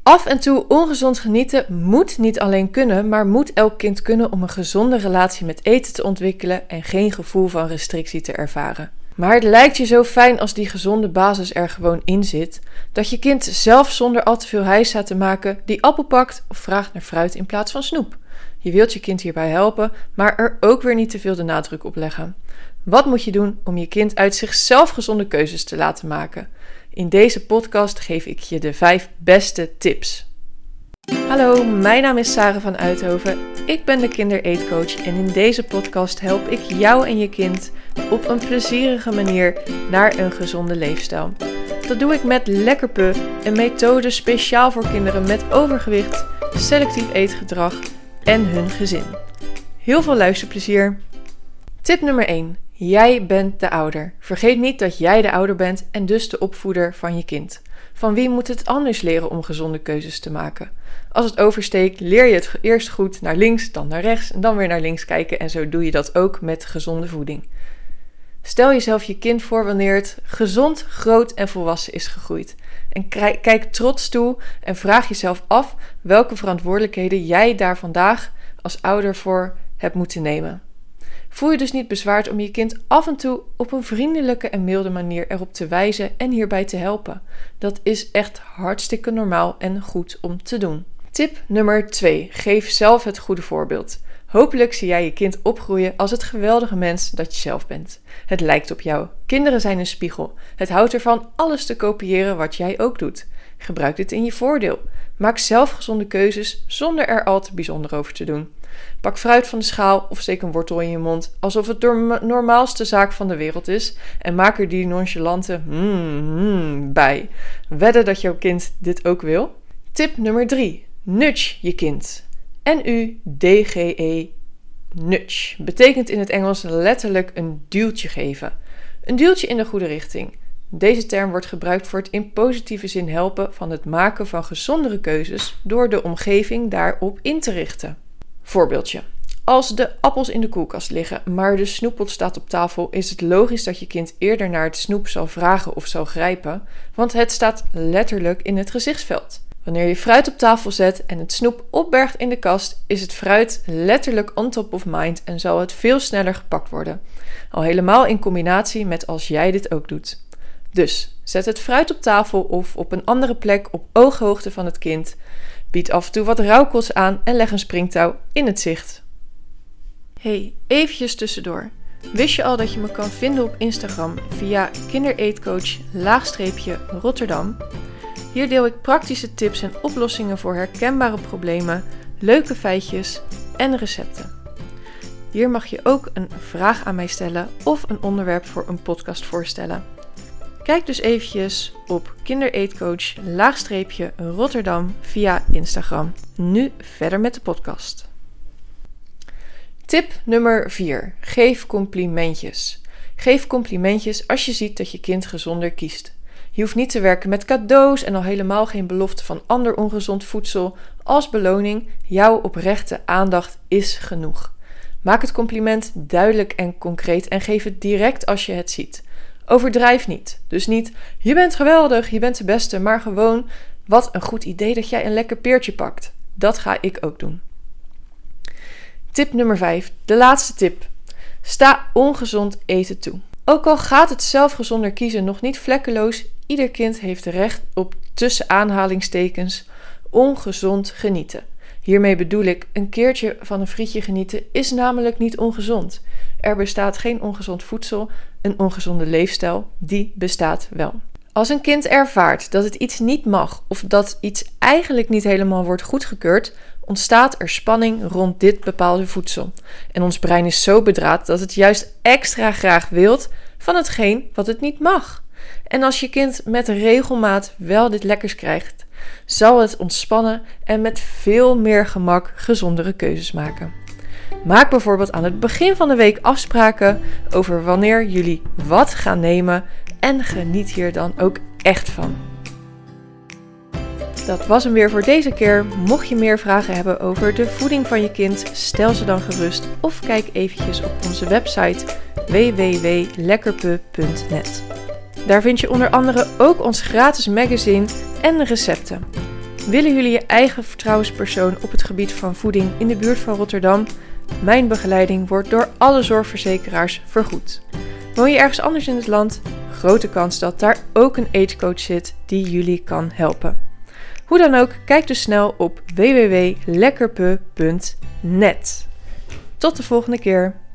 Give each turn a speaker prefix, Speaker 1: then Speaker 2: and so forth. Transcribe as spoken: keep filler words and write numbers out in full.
Speaker 1: Af en toe ongezond genieten moet niet alleen kunnen, maar moet elk kind kunnen om een gezonde relatie met eten te ontwikkelen en geen gevoel van restrictie te ervaren. Maar het lijkt je zo fijn als die gezonde basis er gewoon in zit, dat je kind zelf zonder al te veel heisa te maken die appel pakt of vraagt naar fruit in plaats van snoep. Je wilt je kind hierbij helpen, maar er ook weer niet te veel de nadruk op leggen. Wat moet je doen om je kind uit zichzelf gezonde keuzes te laten maken? In deze podcast geef ik je de vijf beste tips. Hallo, mijn naam is Sarah van Uithoven. Ik ben de kindereetcoach en in deze podcast help ik jou en je kind op een plezierige manier naar een gezonde leefstijl. Dat doe ik met Lekkerpe, een methode speciaal voor kinderen met overgewicht, selectief eetgedrag en hun gezin. Heel veel luisterplezier. Tip nummer één. Jij bent de ouder. Vergeet niet dat jij de ouder bent en dus de opvoeder van je kind. Van wie moet het anders leren om gezonde keuzes te maken? Als het oversteekt, leer je het eerst goed naar links, dan naar rechts en dan weer naar links kijken. En zo doe je dat ook met gezonde voeding. Stel jezelf je kind voor wanneer het gezond, groot en volwassen is gegroeid. En kijk trots toe en vraag jezelf af welke verantwoordelijkheden jij daar vandaag als ouder voor hebt moeten nemen. Voel je dus niet bezwaard om je kind af en toe op een vriendelijke en milde manier erop te wijzen en hierbij te helpen. Dat is echt hartstikke normaal en goed om te doen. Tip nummer twee. Geef zelf het goede voorbeeld. Hopelijk zie jij je kind opgroeien als het geweldige mens dat je zelf bent. Het lijkt op jou. Kinderen zijn een spiegel. Het houdt ervan alles te kopiëren wat jij ook doet. Gebruik dit in je voordeel. Maak zelf gezonde keuzes zonder er al te bijzonder over te doen. Pak fruit van de schaal of steek een wortel in je mond alsof het de normaalste zaak van de wereld is en maak er die nonchalante mm, mm bij. Wedden dat jouw kind dit ook wil? Tip nummer drie. Nudge je kind. N U D G E, nudge, betekent in het Engels letterlijk een duwtje geven. Een duwtje in de goede richting. Deze term wordt gebruikt voor het in positieve zin helpen van het maken van gezondere keuzes door de omgeving daarop in te richten. Voorbeeldje. Als de appels in de koelkast liggen, maar de snoeppot staat op tafel, is het logisch dat je kind eerder naar het snoep zal vragen of zal grijpen, want het staat letterlijk in het gezichtsveld. Wanneer je fruit op tafel zet en het snoep opbergt in de kast, is het fruit letterlijk on top of mind en zal het veel sneller gepakt worden. Al helemaal in combinatie met als jij dit ook doet. Dus zet het fruit op tafel of op een andere plek op ooghoogte van het kind. Bied af en toe wat rauwkost aan en leg een springtouw in het zicht. Hey, eventjes tussendoor. Wist je al dat je me kan vinden op Instagram via kindereetcoach laagstreepje Rotterdam? Hier deel ik praktische tips en oplossingen voor herkenbare problemen, leuke feitjes en recepten. Hier mag je ook een vraag aan mij stellen of een onderwerp voor een podcast voorstellen. Kijk dus eventjes op kindereetcoach laagstreepje Rotterdam via Instagram. Nu verder met de podcast. Tip nummer vier. Geef complimentjes. Geef complimentjes als je ziet dat je kind gezonder kiest. Je hoeft niet te werken met cadeaus en al helemaal geen belofte van ander ongezond voedsel. Als beloning, jouw oprechte aandacht is genoeg. Maak het compliment duidelijk en concreet en geef het direct als je het ziet. Overdrijf niet. Dus niet, je bent geweldig, je bent de beste, maar gewoon, wat een goed idee dat jij een lekker peertje pakt. Dat ga ik ook doen. Tip nummer vijf, de laatste tip. Sta ongezond eten toe. Ook al gaat het zelf gezonder kiezen nog niet vlekkeloos, ieder kind heeft recht op tussen aanhalingstekens ongezond genieten. Hiermee bedoel ik, een keertje van een frietje genieten is namelijk niet ongezond. Er bestaat geen ongezond voedsel, een ongezonde leefstijl, die bestaat wel. Als een kind ervaart dat het iets niet mag of dat iets eigenlijk niet helemaal wordt goedgekeurd, ontstaat er spanning rond dit bepaalde voedsel. En ons brein is zo bedraad dat het juist extra graag wilt van hetgeen wat het niet mag. En als je kind met regelmaat wel dit lekkers krijgt, zal het ontspannen en met veel meer gemak gezondere keuzes maken. Maak bijvoorbeeld aan het begin van de week afspraken over wanneer jullie wat gaan nemen en geniet hier dan ook echt van. Dat was hem weer voor deze keer. Mocht je meer vragen hebben over de voeding van je kind, stel ze dan gerust of kijk eventjes op onze website w w w punt lekkerpe punt net. Daar vind je onder andere ook ons gratis magazine en recepten. Willen jullie je eigen vertrouwenspersoon op het gebied van voeding in de buurt van Rotterdam? Mijn begeleiding wordt door alle zorgverzekeraars vergoed. Woon je ergens anders in het land? Grote kans dat daar ook een agecoach zit die jullie kan helpen. Hoe dan ook, kijk dus snel op w w w punt lekkerpe punt net. Tot de volgende keer.